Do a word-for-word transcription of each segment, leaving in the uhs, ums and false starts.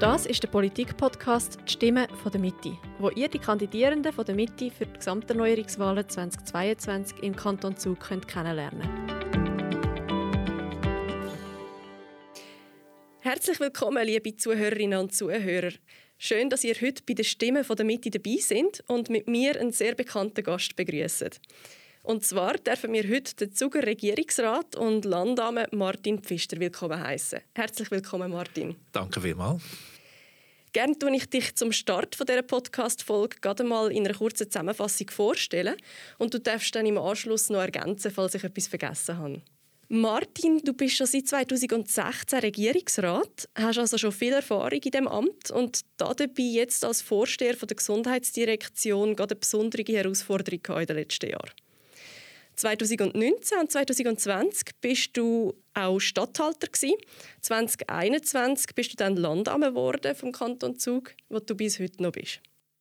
Das ist der Politik-Podcast «Die Stimme von der Mitte», wo ihr die Kandidierenden von der Mitte für die Gesamterneuerungswahlen zweitausendzweiundzwanzig im Kanton Zug könnt kennenlernen. Herzlich willkommen, liebe Zuhörerinnen und Zuhörer. Schön, dass ihr heute bei der Stimme von der Mitte dabei sind und mit mir einen sehr bekannten Gast begrüßen. Und zwar dürfen wir heute den Zuger Regierungsrat und Landdame Martin Pfister willkommen heißen. Herzlich willkommen, Martin. Danke vielmals. Gerne tue ich dich zum Start dieser Podcast-Folge gerade mal in einer kurzen Zusammenfassung vorstellen und du darfst dann im Anschluss noch ergänzen, falls ich etwas vergessen habe. Martin, du bist schon seit zweitausendsechzehn Regierungsrat, hast also schon viel Erfahrung in diesem Amt und dabei jetzt als Vorsteher von der Gesundheitsdirektion gerade eine besondere Herausforderung in den letzten Jahren. zweitausendneunzehn und zweitausendzwanzig bist du auch Statthalter gewesen. zweitausendeinundzwanzig bist du dann Landdame geworden vom Kanton Zug, wo du bis heute noch bist.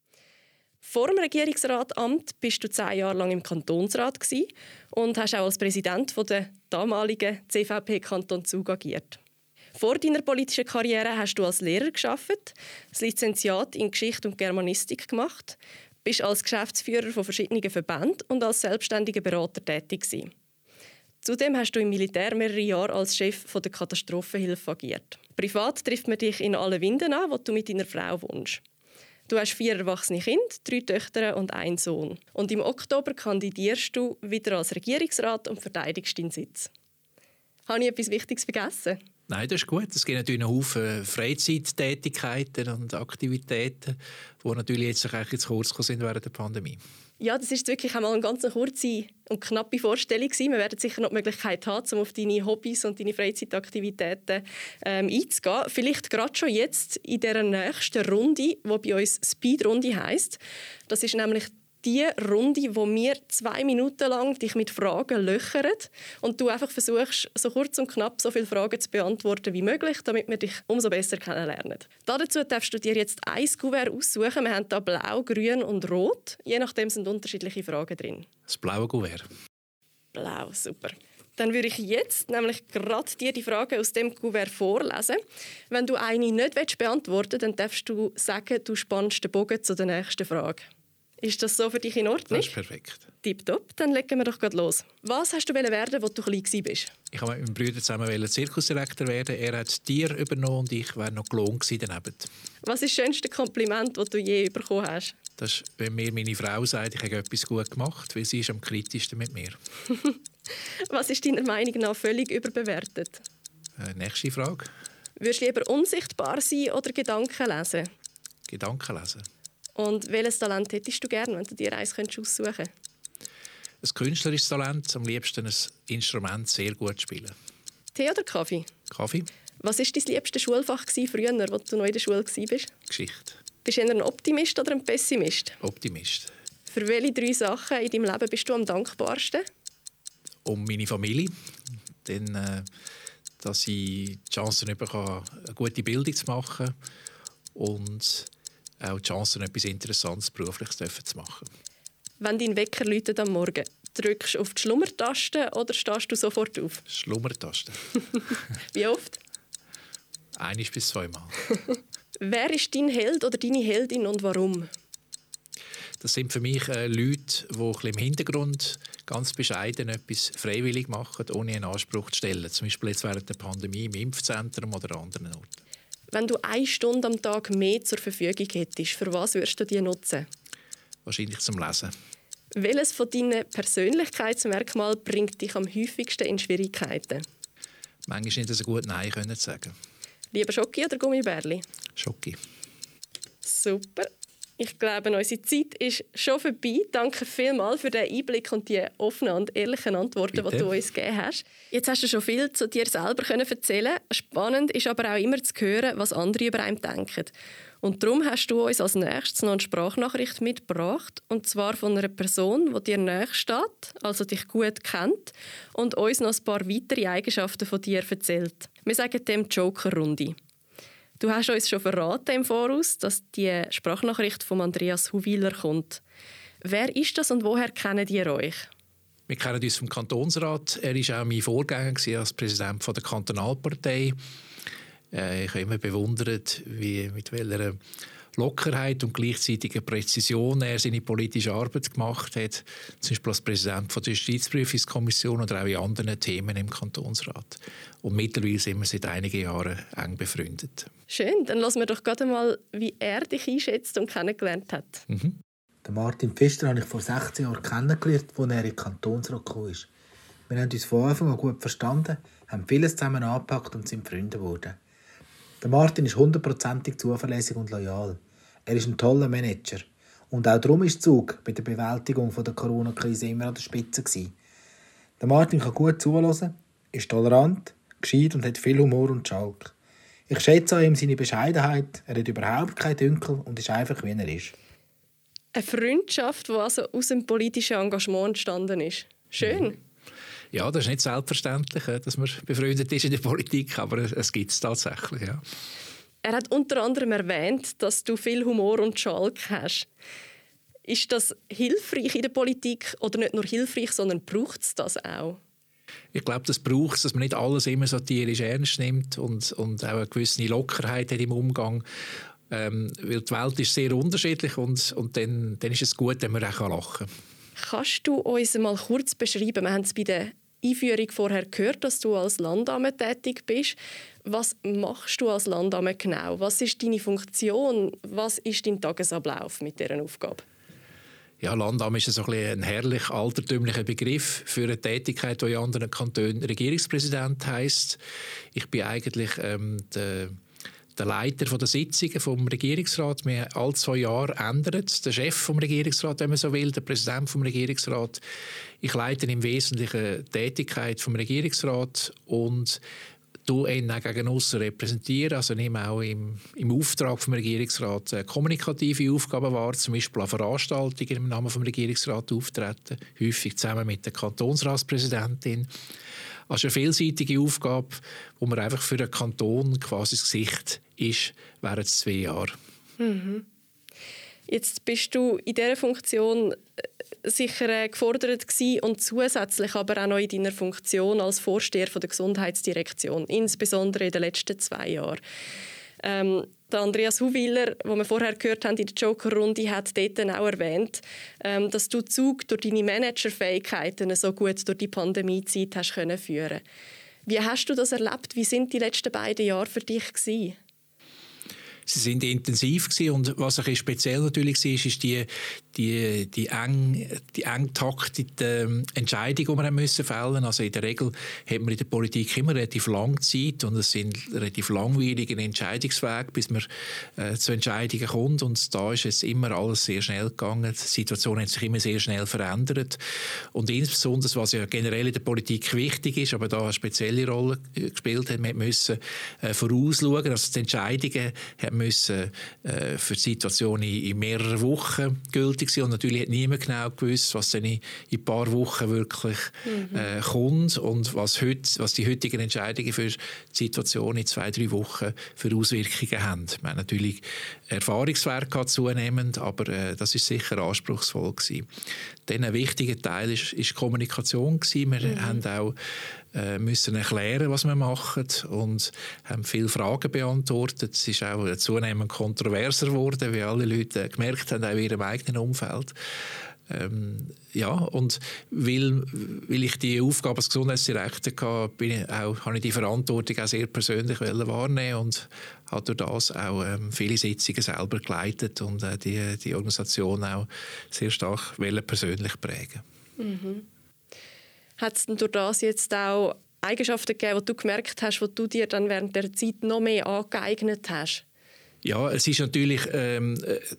Vor dem Regierungsratamt bist du zehn Jahre lang im Kantonsrat gewesen und hast auch als Präsident von der damaligen C V P Kanton Zug agiert. Vor deiner politischen Karriere hast du als Lehrer gearbeitet, das Lizenziat in Geschichte und Germanistik gemacht, bist als Geschäftsführer von verschiedenen Verbänden und als selbstständiger Berater tätig gewesen. Zudem hast du im Militär mehrere Jahre als Chef von der Katastrophenhilfe agiert. Privat trifft man dich in allen Winden an, wo du mit deiner Frau wohnst. Du hast vier erwachsene Kinder, drei Töchter und einen Sohn. Und im Oktober kandidierst du wieder als Regierungsrat und verteidigst deinen Sitz. Habe ich etwas Wichtiges vergessen? Nein, das ist gut. Es gibt natürlich einen Haufen Freizeittätigkeiten und Aktivitäten, die natürlich jetzt eigentlich zu kurz gekommen sind während der Pandemie. Ja, das ist wirklich einmal eine ganz kurze und knappe Vorstellung gewesen. Wir werden sicher noch die Möglichkeit haben, um auf deine Hobbys und deine Freizeitaktivitäten ähm, einzugehen. Vielleicht gerade schon jetzt in dieser nächsten Runde, die bei uns Speedrunde heisst. Das ist nämlich die Runde, wo wir zwei Minuten lang dich mit Fragen löchern und du einfach versuchst, so kurz und knapp so viele Fragen zu beantworten wie möglich, damit wir dich umso besser kennenlernen. Dazu darfst du dir jetzt ein Kuvert aussuchen. Wir haben hier blau, grün und rot. Je nachdem sind unterschiedliche Fragen drin. Das blaue Kuvert. Blau, super. Dann würde ich jetzt nämlich gerade dir die Fragen aus dem Kuvert vorlesen. Wenn du eine nicht beantworten willst, dann darfst du sagen, du spannst den Bogen zu der nächsten Frage. Ist das so für dich in Ordnung? Das ist perfekt. Tipptopp, dann legen wir doch gerade los. Was hast du werden, als du klein warst? Ich wollte mit meinem Bruder zusammen Zirkusdirektor werden. Er hat Tier übernommen und ich wäre noch Klon daneben. Was ist das schönste Kompliment, das du je bekommen hast? Das ist, wenn mir meine Frau sagt, ich habe etwas gut gemacht, weil sie ist am kritischsten mit mir. Was ist deiner Meinung nach völlig überbewertet? Äh, nächste Frage. Würdest du lieber unsichtbar sein oder Gedanken lesen? Gedanken lesen. Und welches Talent hättest du gerne, wenn du dir eins aussuchen könntest? Ein künstlerisches Talent, am liebsten ein Instrument sehr gut spielen. Tee oder Kaffee? Kaffee. Was war dein liebstes Schulfach früher, als du noch in der Schule warst? Geschichte. Bist du eher ein Optimist oder ein Pessimist? Optimist. Für welche drei Sachen in deinem Leben bist du am dankbarsten? Um meine Familie. Dann, äh, dass ich die Chance bekomme, eine gute Bildung zu machen und auch die Chance, etwas Interessantes Berufliches zu machen. Wenn dein Wecker läutet am Morgen, drückst du auf die Schlummertaste oder stehst du sofort auf? Schlummertaste. Wie oft? Einiges bis zweimal. Wer ist dein Held oder deine Heldin und warum? Das sind für mich äh, Leute, die ein bisschen im Hintergrund ganz bescheiden etwas freiwillig machen, ohne einen Anspruch zu stellen. Zum Beispiel jetzt während der Pandemie im Impfzentrum oder an anderen Orten. Wenn du eine Stunde am Tag mehr zur Verfügung hättest, für was würdest du die nutzen? Wahrscheinlich zum Lesen. Welches von deinen Persönlichkeitsmerkmalen bringt dich am häufigsten in Schwierigkeiten? Manchmal nicht so gut Nein können sagen. Lieber Schoki oder Gummibärli? Schoki. Super. Ich glaube, unsere Zeit ist schon vorbei. Danke vielmals für den Einblick und die offenen und ehrlichen Antworten, Bitte. die du uns gegeben hast. Jetzt hast du schon viel zu dir selber erzählen. Spannend ist aber auch immer zu hören, was andere über einen denken. Und darum hast du uns als nächstes noch eine Sprachnachricht mitgebracht, und zwar von einer Person, die dir nahe steht, also dich gut kennt, und uns noch ein paar weitere Eigenschaften von dir erzählt. Wir sagen dem Joker-Runde. Du hast uns schon verraten im Voraus, dass die Sprachnachricht von Andreas Huwiler kommt. Wer ist das und woher kennt ihr euch? Wir kennen uns vom Kantonsrat. Er war auch mein Vorgänger als Präsident der Kantonalpartei. Äh, ich habe immer bewundert, wie, mit welcher Lockerheit und gleichzeitiger Präzision er seine politische Arbeit gemacht hat, zum Beispiel als Präsident der Justizprüfungskommission oder auch in anderen Themen im Kantonsrat. Und mittlerweile sind wir seit einigen Jahren eng befreundet. Schön, dann lassen wir doch gerade mal, wie er dich einschätzt und kennengelernt hat. Mhm. Den Martin Pfister habe ich vor sechzehn Jahren kennengelernt, als er in den Kantonsrat gekommen ist. Wir haben uns von Anfang an gut verstanden, haben vieles zusammen angepackt und sind Freunde geworden. Der Martin ist hundertprozentig zuverlässig und loyal. Er ist ein toller Manager. Und auch darum ist Zug bei der Bewältigung der Corona-Krise immer an der Spitze gewesen. Der Martin kann gut zuhören, ist tolerant, gescheit und hat viel Humor und Schalk. Ich schätze an ihm seine Bescheidenheit, er hat überhaupt keinen Dünkel und ist einfach, wie er ist. Eine Freundschaft, die also aus dem politischen Engagement entstanden ist. Schön. Ja, das ist nicht selbstverständlich, dass man befreundet ist in der Politik, aber es gibt es tatsächlich, ja. Er hat unter anderem erwähnt, dass du viel Humor und Schalk hast. Ist das hilfreich in der Politik oder nicht nur hilfreich, sondern braucht es das auch? Ich glaube, das braucht es, dass man nicht alles immer satirisch ernst nimmt und, und auch eine gewisse Lockerheit hat im Umgang. Ähm, weil die Welt ist sehr unterschiedlich und, und dann, dann ist es gut, wenn man auch lachen kann. Kannst du uns mal kurz beschreiben, wir haben es bei der Einführung vorher gehört, dass du als Landdame tätig bist. Was machst du als Landdame genau? Was ist deine Funktion? Was ist dein Tagesablauf mit dieser Aufgabe? Ja, Landdame ist so ein, ein herrlich altertümlicher Begriff für eine Tätigkeit, die in anderen Kantonen Regierungspräsident heisst. Ich bin eigentlich ähm, der Der Leiter der Sitzungen vom Regierungsrat. Wir alle zwei Jahre ändert der Chef vom Regierungsrat, wenn man so will, der Präsident vom Regierungsrat. Ich leite im Wesentlichen die Tätigkeit vom Regierungsrat und du ihn auch gegen aussen repräsentieren. Also nehme auch im, im Auftrag vom Regierungsrat äh, kommunikative Aufgaben wahr, zum Beispiel an Veranstaltungen im Namen vom Regierungsrat auftreten, häufig zusammen mit der Kantonsratspräsidentin. Also eine vielseitige Aufgabe, wo man einfach für den Kanton quasi das Gesicht ist während zwei Jahren. Mhm. Jetzt bist du in dieser Funktion sicher gefordert gewesen und zusätzlich aber auch noch in deiner Funktion als Vorsteher von der Gesundheitsdirektion, insbesondere in den letzten zwei Jahren. Ähm, der Andreas Huwiler, den wir vorher gehört haben in der Joker-Runde, hat dort auch erwähnt, ähm, dass du Zug durch deine Managerfähigkeiten so gut durch die Pandemiezeit hast können führen. Wie hast du das erlebt? Wie sind die letzten beiden Jahre für dich gewesen? Sie sind intensiv gewesen. Und was ein bisschen speziell natürlich war, ist die, die, die eng, die eng taktete Entscheidung, die wir haben müssen fällen. Also in der Regel hat man in der Politik immer relativ lange Zeit und es sind relativ langwierige Entscheidungswege, bis man äh, zu Entscheidungen kommt. Und da ist es immer alles sehr schnell gegangen. Die Situation hat sich immer sehr schnell verändert. Und insbesondere, was ja generell in der Politik wichtig ist, aber da eine spezielle Rolle gespielt hat, man musste äh, vorausschauen, also die Entscheidungen müssen äh, für die Situation in, in mehreren Wochen gültig sein. Und natürlich hat niemand genau gewusst, was dann in, in ein paar Wochen wirklich mhm. äh, kommt und was, heute, was die heutigen Entscheidungen für die Situation in zwei, drei Wochen für Auswirkungen haben. Wir haben natürlich Erfahrungswerte zunehmend, aber äh, das ist sicher anspruchsvoll gewesen. Dann ein wichtiger Teil ist, ist Kommunikation gewesen. Wir mhm. haben auch äh, müssen erklären, was wir machen und haben viele Fragen beantwortet. Es ist auch zunehmend kontroverser geworden, wie alle Leute gemerkt haben, auch in ihrem eigenen Umfeld. Ähm, ja, und weil, weil ich die Aufgabe als Gesundheitsdirektor hatte, bin ich auch, habe ich die Verantwortung auch sehr persönlich wahrnehmen und habe durch das auch ähm, viele Sitzungen selber geleitet und äh, die, die Organisation auch sehr stark persönlich prägen. Mhm. Hat es durch das jetzt auch Eigenschaften gegeben, die du gemerkt hast, die du dir dann während der Zeit noch mehr angeeignet hast? Ja, es ist natürlich, ähm,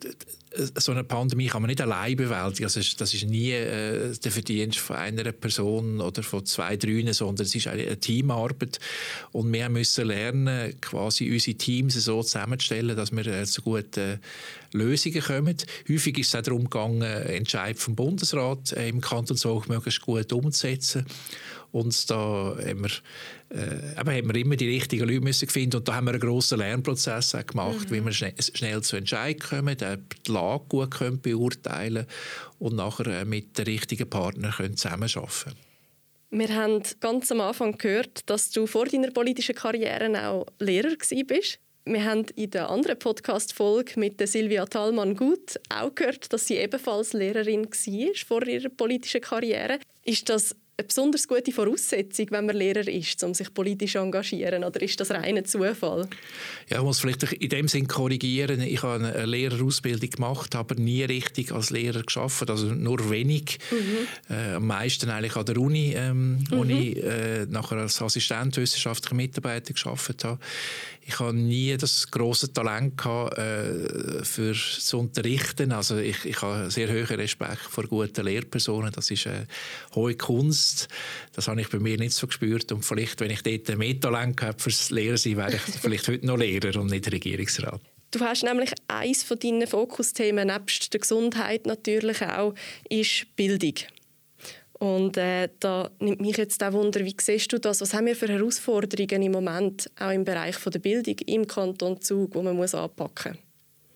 so eine Pandemie kann man nicht allein bewältigen. Also das ist nie äh, der Verdienst von einer Person oder von zwei, drei, sondern es ist eine Teamarbeit. Und wir müssen lernen, quasi unsere Teams so zusammenzustellen, dass wir äh, zu guten Lösungen kommen. Häufig ist es auch darum gegangen, Entscheid vom Bundesrat äh, im Kanton Zug möglichst gut umzusetzen. Und da haben wir, äh, eben haben wir immer die richtigen Leute müssen finden. Und da haben wir einen grossen Lernprozess auch gemacht, mhm. wie wir schnell, schnell zu Entscheidungen kommen, die Lage gut können beurteilen und nachher äh, mit den richtigen Partnern können zusammenarbeiten können. Wir haben ganz am Anfang gehört, dass du vor deiner politischen Karriere auch Lehrer warst. Wir haben in der anderen Podcast-Folge mit der Silvia Thalmann-Gut auch gehört, dass sie ebenfalls Lehrerin war vor ihrer politischen Karriere. Ist das eine besonders gute Voraussetzung, wenn man Lehrer ist, um sich politisch zu engagieren? Oder ist das reiner Zufall? Ja, ich muss vielleicht in dem Sinn korrigieren. Ich habe eine Lehrerausbildung gemacht, aber nie richtig als Lehrer gearbeitet, also nur wenig. Mhm. Äh, am meisten eigentlich an der Uni, ähm, mhm. wo ich äh, nachher als Assistent wissenschaftlicher Mitarbeiter gearbeitet habe. Ich hatte nie das grosse Talent gehabt, äh, für zu unterrichten. Also ich, ich habe sehr hohen Respekt vor guten Lehrpersonen. Das ist eine hohe Kunst. Das habe ich bei mir nicht so gespürt. Und vielleicht, wenn ich dort mehr Talent gehabt fürs Lehrer sein, wäre ich vielleicht heute noch Lehrer und nicht Regierungsrat. Du hast nämlich eines von deinen Fokusthemen, nebst der Gesundheit natürlich auch, ist Bildung. Und äh, da nimmt mich jetzt auch Wunder, wie siehst du das? Was haben wir für Herausforderungen im Moment, auch im Bereich der Bildung im Kanton Zug, die man muss anpacken muss?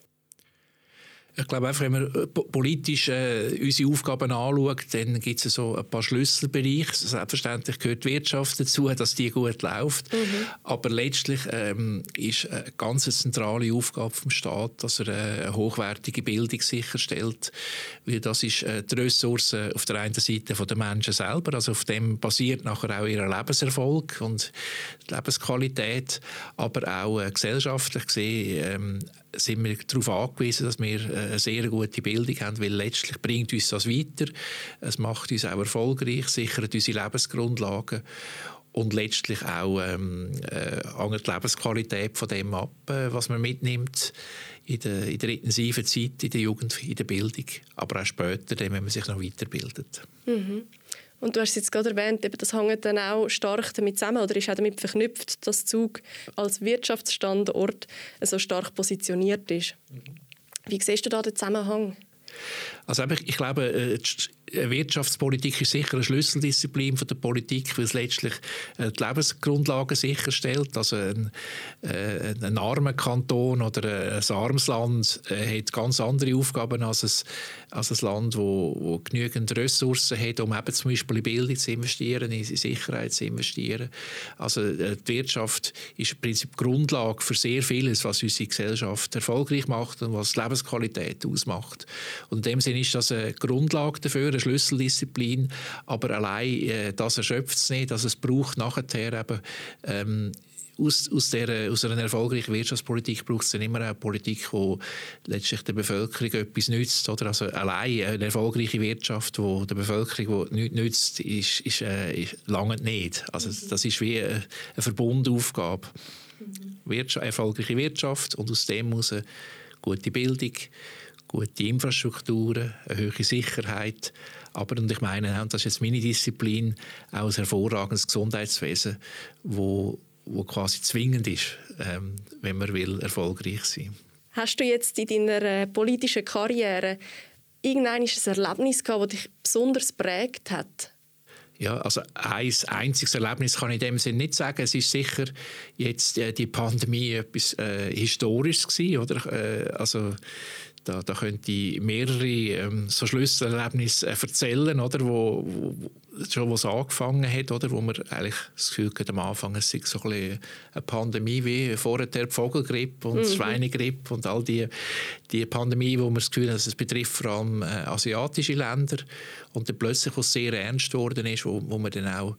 Ich glaube, einfach, wenn man politisch äh, unsere Aufgaben anschaut, dann gibt es so ein paar Schlüsselbereiche. Selbstverständlich gehört die Wirtschaft dazu, dass die gut läuft. Mhm. Aber letztlich ähm, ist eine ganz zentrale Aufgabe des Staates, dass er eine hochwertige Bildung sicherstellt. Weil das ist äh, die Ressource auf der einen Seite der Menschen selber. Also auf dem basiert nachher auch ihr Lebenserfolg und die Lebensqualität. Aber auch äh, gesellschaftlich gesehen ähm, sind wir darauf angewiesen, dass wir eine sehr gute Bildung haben, weil letztlich bringt uns das weiter. Es macht uns auch erfolgreich, sichert unsere Lebensgrundlagen und letztlich auch ähm, äh, hängt die Lebensqualität von dem ab, äh, was man mitnimmt in der, in der intensiven Zeit, in der Jugend, in der Bildung, aber auch später, wenn man sich noch weiterbildet. Mhm. Und du hast es jetzt gerade erwähnt, eben, das hängt dann auch stark damit zusammen oder ist auch damit verknüpft, dass Zug als Wirtschaftsstandort so stark positioniert ist. Mhm. Wie siehst du da den Zusammenhang? Also ich glaube, Wirtschaftspolitik ist sicher eine Schlüsseldisziplin von der Politik, weil es letztlich die Lebensgrundlagen sicherstellt. Also ein, äh, ein armer Kanton oder ein armes Land äh, hat ganz andere Aufgaben als ein, als ein Land, wo, wo genügend Ressourcen hat, um eben zum Beispiel in Bildung zu investieren, in Sicherheit zu investieren. Also äh, die Wirtschaft ist im Prinzip die Grundlage für sehr vieles, was unsere Gesellschaft erfolgreich macht und was die Lebensqualität ausmacht. Und in dem Sinne ist das eine Grundlage dafür, eine Schlüsseldisziplin, aber allein äh, das erschöpft es nicht. Also es braucht nachher eben ähm, aus, aus, der, aus einer erfolgreichen Wirtschaftspolitik braucht es dann immer eine Politik, die letztlich der Bevölkerung etwas nützt. Oder? Also allein eine erfolgreiche Wirtschaft, die der Bevölkerung nichts nützt, ist, ist, äh, ist lange nicht. Also das ist wie eine, eine Verbundaufgabe. Mhm. Wirtschaft, erfolgreiche Wirtschaft und aus dem muss eine gute Bildung, gute Infrastrukturen, eine hohe Sicherheit. Aber, und ich meine, das ist jetzt meine Disziplin, auch ein hervorragendes Gesundheitswesen, wo, wo quasi zwingend ist, ähm, wenn man will, erfolgreich sein. Hast du jetzt in deiner äh, politischen Karriere irgendein Erlebnis gehabt, das dich besonders geprägt hat? Ja, also ein einziges Erlebnis kann ich in dem Sinne nicht sagen. Es ist sicher jetzt äh, die Pandemie etwas äh, Historisches gewesen, oder? Äh, also Da, da könnte ich mehrere ähm, so Schlüsselerlebnisse äh, erzählen, oder, wo, wo schon was angefangen hat, oder, wo man eigentlich das Gefühl hat, am Anfang es sei so ein bisschen eine Pandemie wie vorher die Vogelgrippe und mhm. Schweinegrippe und all die, die Pandemie, wo man das Gefühl hat, es betrifft vor allem äh, asiatische Länder und dann plötzlich, wo es sehr ernst geworden ist, wo, wo man dann auch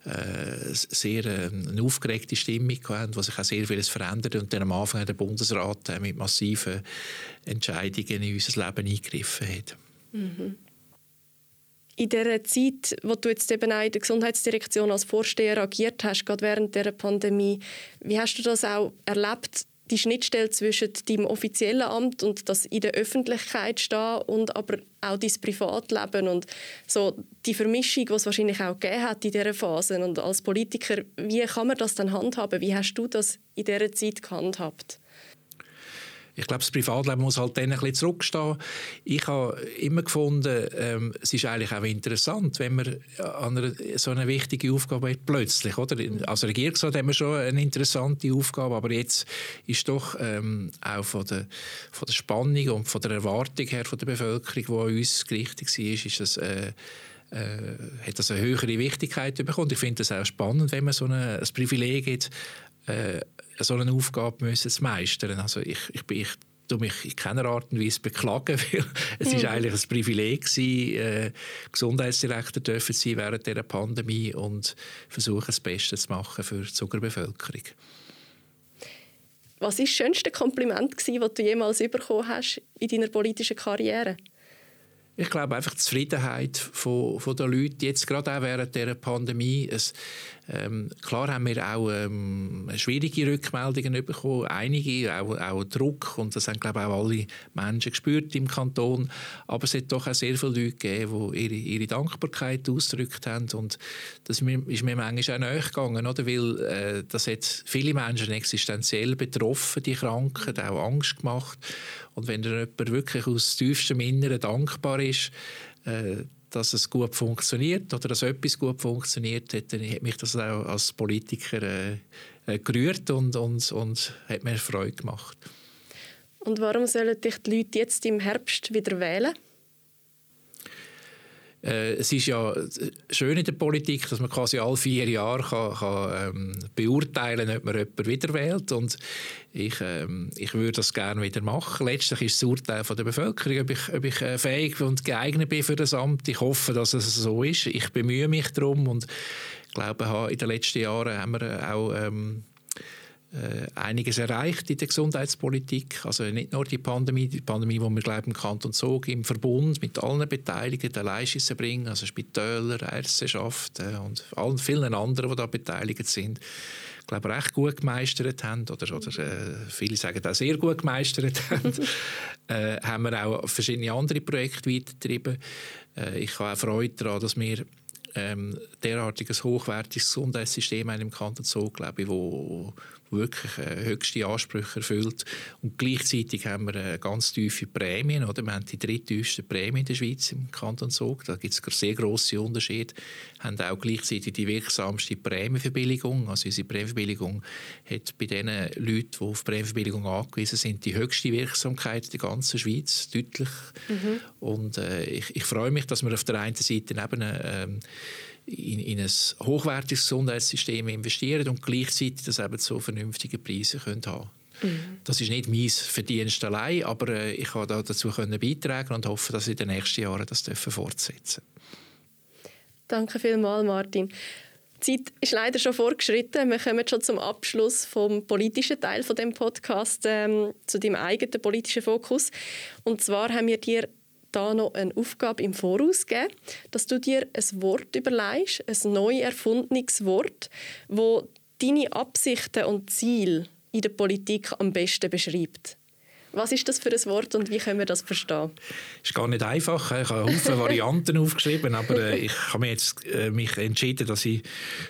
äh, sehr äh, eine aufgeregte Stimmung hatten, wo sich auch sehr vieles verändert und dann am Anfang hat der Bundesrat äh, mit massiven Entscheidungen in unser Leben eingegriffen hat. Mhm. In dieser Zeit, wo du jetzt eben auch in der Gesundheitsdirektion als Vorsteher agiert hast, gerade während der Pandemie, wie hast du das auch erlebt, die Schnittstelle zwischen deinem offiziellen Amt und das in der Öffentlichkeit stehen und aber auch dein Privatleben und so die Vermischung, die es wahrscheinlich auch gegeben hat in dieser Phase. Und als Politiker, wie kann man das dann handhaben? Wie hast du das in dieser Zeit gehandhabt? Ich glaube, das Privatleben muss halt dann ein bisschen zurückstehen. Ich habe immer gefunden, ähm, es ist eigentlich auch interessant, wenn man an einer, so eine wichtige Aufgabe hat, plötzlich. Oder? Als Regierungsrat haben wir schon eine interessante Aufgabe, aber jetzt ist doch ähm, auch von der, von der Spannung und von der Erwartung her von der Bevölkerung, die an uns gerichtet war, ist es äh, äh, hat das eine höhere Wichtigkeit bekommen. Ich finde das auch spannend, wenn man so eine, ein Privileg hat, äh, so eine Aufgabe müssen zu meistern. Also ich, ich, bin, ich tue mich in keiner Art und Weise beklagen, weil es ist eigentlich ein Privileg gewesen, äh, Gesundheitsdirektor dürfen sein während dieser Pandemie und versuchen, das Beste zu machen für die Zuckerbevölkerung. Was war das schönste Kompliment, das du jemals bekommen hast in deiner politischen Karriere? Ich glaube einfach die Zufriedenheit von, von den Leuten, jetzt gerade auch während dieser Pandemie. Es, ähm, klar haben wir auch ähm, schwierige Rückmeldungen bekommen, einige, auch, auch Druck, und das haben, glaube ich, auch alle Menschen gespürt im Kanton. Aber es hat doch auch sehr viele Leute gegeben, die ihre, ihre Dankbarkeit ausgedrückt haben, und das ist mir, ist mir manchmal auch nahe gegangen, oder? Weil äh, das hat viele Menschen existenziell betroffen, die Krankheit, auch Angst gemacht. Und wenn dann jemand wirklich aus tiefstem Inneren dankbar ist, äh, dass es gut funktioniert oder dass etwas gut funktioniert hat, dann hat mich das auch als Politiker äh, gerührt und, und, und hat mir Freude gemacht. Und warum sollen dich die Leute jetzt im Herbst wieder wählen? Äh, es ist ja schön in der Politik, dass man quasi alle vier Jahre kann, kann, ähm, beurteilen kann, ob man jemanden wieder wählt. Und ich, ähm, ich würde das gerne wieder machen. Letztlich ist das Urteil von der Bevölkerung, ob ich, ob ich äh, fähig und geeignet bin für das Amt. Ich hoffe, dass es so ist. Ich bemühe mich darum, und ich glaube, in den letzten Jahren haben wir auch ähm, Äh, einiges erreicht in der Gesundheitspolitik. Also nicht nur die Pandemie, die Pandemie, die wir, glaube ich, im Kanton Zug im Verbund mit allen Beteiligten Leistungen bringen, also Spitäler, Ärzteschaft äh, und allen vielen anderen, die da beteiligt sind, ich glaube, recht gut gemeistert haben, oder, oder äh, viele sagen auch sehr gut gemeistert haben, äh, haben wir auch verschiedene andere Projekte weitergetrieben. Äh, ich habe auch Freude daran, dass wir ähm, derartiges hochwertiges Gesundheitssystem im Kanton Zug, glaube ich, wo wirklich äh, höchste Ansprüche erfüllt. Und gleichzeitig haben wir äh, ganz tiefe Prämien. Oder? Wir haben die dritttiefste Prämie in der Schweiz im Kanton Zug. Da gibt es sehr grosse Unterschiede. Wir haben auch gleichzeitig die wirksamste Prämienverbilligung. Also unsere Prämienverbilligung hat bei den Leuten, die auf Prämienverbilligung angewiesen sind, die höchste Wirksamkeit in der ganzen Schweiz, deutlich. Mhm. Und äh, ich, ich freue mich, dass wir auf der einen Seite eben äh, In, in ein hochwertiges Gesundheitssystem investieren und gleichzeitig das eben so vernünftige Preise können haben. Mhm. Das ist nicht mein Verdienst allein, aber äh, ich kann da dazu können beitragen und hoffe, dass in den nächsten Jahren das fortsetzen dürfen. Danke vielmals, Martin. Die Zeit ist leider schon vorgeschritten. Wir kommen schon zum Abschluss vom politischen Teil von dem Podcast, ähm, zu deinem eigenen politischen Fokus. Und zwar haben wir dir da noch eine Aufgabe im Voraus geben, dass du dir ein Wort überlegst, ein neu erfundenes Wort, das deine Absichten und Ziele in der Politik am besten beschreibt. Was ist das für ein Wort und wie können wir das verstehen? Es ist gar nicht einfach. Ich habe viele Varianten aufgeschrieben, aber äh, ich habe mich jetzt äh, mich entschieden, dass ich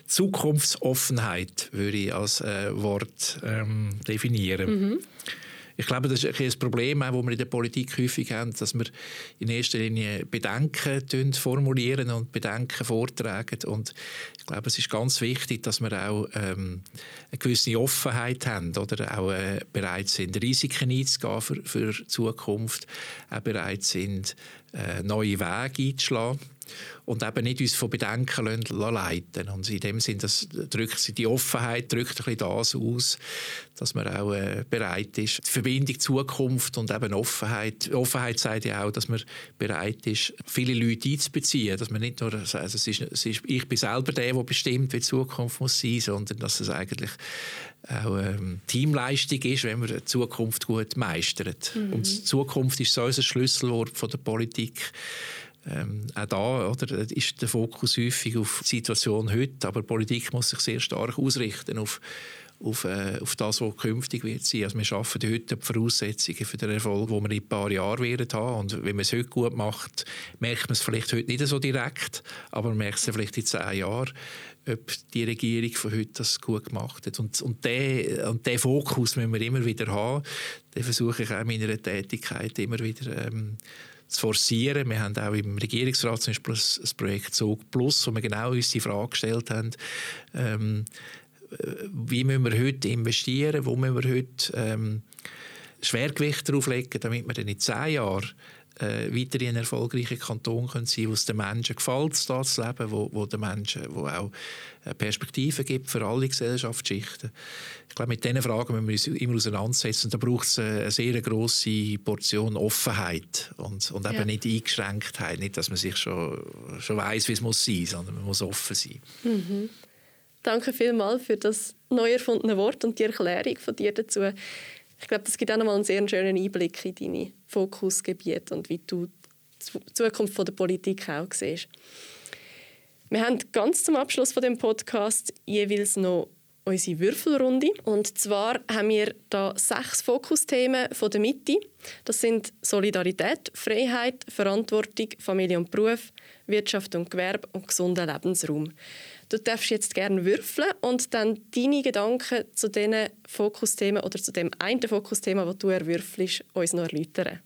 Zukunftsoffenheit würde ich als äh, Wort ähm, definieren. Mhm. Ich glaube, das ist ein Problem, das wir in der Politik häufig haben, dass wir in erster Linie Bedenken formulieren und Bedenken vortragen. Und ich glaube, es ist ganz wichtig, dass wir auch ähm, eine gewisse Offenheit haben oder auch äh, bereit sind, Risiken einzugehen für, für die Zukunft, auch bereit sind, äh, neue Wege einzuschlagen. Und eben nicht uns von Bedenken leiten. Und in dem Sinn, das drückt, die Offenheit drückt ein bisschen das aus, dass man auch äh, bereit ist, die Verbindung Zukunft und eben Offenheit. Offenheit sagt ja auch, dass man bereit ist, viele Leute einzubeziehen. Dass man nicht nur, also es ist, es ist, ich bin selber der, der bestimmt, wie die Zukunft muss sein, sondern dass es eigentlich auch ähm, Teamleistung ist, wenn man die Zukunft gut meistert. Mhm. Und die Zukunft ist so ein Schlüsselwort von der Politik. Ähm, auch da oder, ist der Fokus häufig auf die Situation heute, aber Politik muss sich sehr stark ausrichten auf, auf, äh, auf das, was künftig wird sein. Also wir schaffen heute die Voraussetzungen für den Erfolg, den wir in ein paar Jahren werden haben. Und wenn man es heute gut macht, merkt man es vielleicht heute nicht so direkt, aber man merkt es vielleicht in zehn Jahren, ob die Regierung von heute das gut gemacht hat. Und, und diesen und den Fokus müssen wir immer wieder haben. Den versuche ich auch in meiner Tätigkeit immer wieder ähm, zu forcieren. Wir haben auch im Regierungsrat zum Beispiel ein Projekt Zug Plus, wo wir genau uns die Frage gestellt haben, ähm, wie müssen wir heute investieren, wo müssen wir heute ähm, Schwergewicht drauf legen, damit wir dann in zehn Jahren äh, weiterhin ein erfolgreicher Kanton können sein, wo es den Menschen gefällt, da zu leben, wo, wo den Menschen wo auch Perspektiven gibt für alle Gesellschaftsschichten. Ich glaube, mit diesen Fragen müssen wir uns immer auseinandersetzen. Und da braucht es eine sehr grosse Portion Offenheit und, und eben ja. nicht Eingeschränktheit. Nicht, dass man sich schon, schon weiss, wie es muss sein, sondern man muss offen sein. Mhm. Danke vielmals für das neu erfundene Wort und die Erklärung von dir dazu. Ich glaube, das gibt auch nochmal einen sehr schönen Einblick in deine Fokusgebiete und wie du die Zukunft der Politik auch siehst. Wir haben ganz zum Abschluss von dem Podcast jeweils noch unsere Würfelrunde. Und zwar haben wir da sechs Fokusthemen von der Mitte. Das sind Solidarität, Freiheit, Verantwortung, Familie und Beruf, Wirtschaft und Gewerbe und gesunder Lebensraum. Du darfst jetzt gerne würfeln und dann deine Gedanken zu diesen Fokusthemen oder zu dem einen Fokusthema, das du erwürfelst, uns noch erläutern.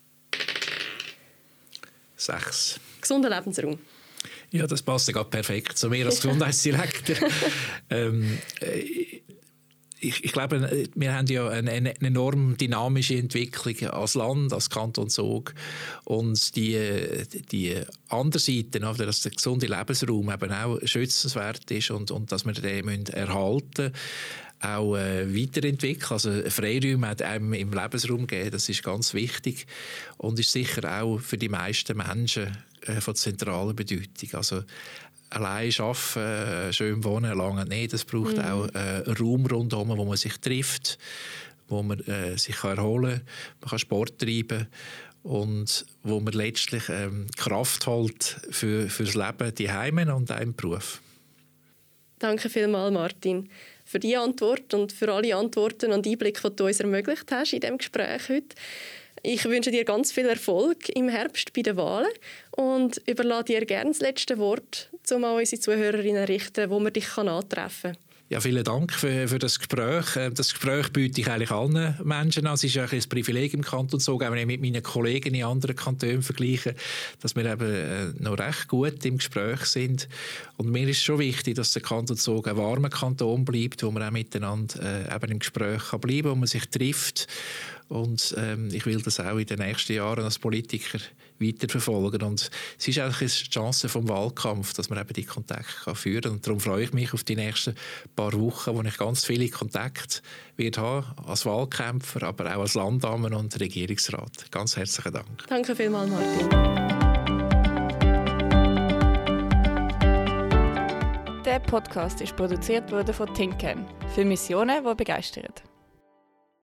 Sechs. Gesunder Lebensraum. Ja, das passt ja gerade perfekt zu mir als Gesundheitsdirektor. ähm, ich, ich glaube, wir haben ja eine, eine enorm dynamische Entwicklung als Land, als Kanton Zug. Und die, die andere Seite, dass der gesunde Lebensraum eben auch schützenswert ist und, und dass wir den erhalten müssen, auch äh, weiterentwickeln. Also Freiräume hat einem im Lebensraum geben, das ist ganz wichtig und ist sicher auch für die meisten Menschen äh, von zentraler Bedeutung. Also allein arbeiten, äh, schön wohnen, lange nicht. Es braucht mhm. auch äh, einen Raum rundherum, wo man sich trifft, wo man äh, sich kann erholen kann, man kann Sport treiben und wo man letztlich ähm, Kraft holt für, für das Leben, die Heime und auch im Beruf. Danke vielmals, Martin, für die Antwort und für alle Antworten und Einblicke, die du uns ermöglicht hast in diesem Gespräch heute. Ich wünsche dir ganz viel Erfolg im Herbst bei den Wahlen und überlasse dir gerne das letzte Wort, um an unsere Zuhörerinnen zu richten, wo man dich antreffen kann. Ja, vielen Dank für, für das Gespräch. Das Gespräch biete ich eigentlich allen Menschen an. Es ist ein Privileg im Kanton Zug, auch wenn ich mit meinen Kollegen in anderen Kantonen vergleiche, dass wir eben noch recht gut im Gespräch sind. Und mir ist schon wichtig, dass der Kanton Zug ein warmer Kanton bleibt, wo man auch miteinander äh, eben im Gespräch kann bleiben, wo man sich trifft. Und ähm, ich will das auch in den nächsten Jahren als Politiker weiterverfolgen. Und es ist eigentlich eine Chance vom Wahlkampf, dass man eben die Kontakte führen kann. Und darum freue ich mich auf die nächsten paar Wochen, wo ich ganz viele Kontakte wird haben, als Wahlkämpfer, aber auch als Landdamen und Regierungsrat. Ganz herzlichen Dank. Danke vielmals, Martin. Der Podcast ist produziert worden von Thinkcam für Missionen, die begeistern.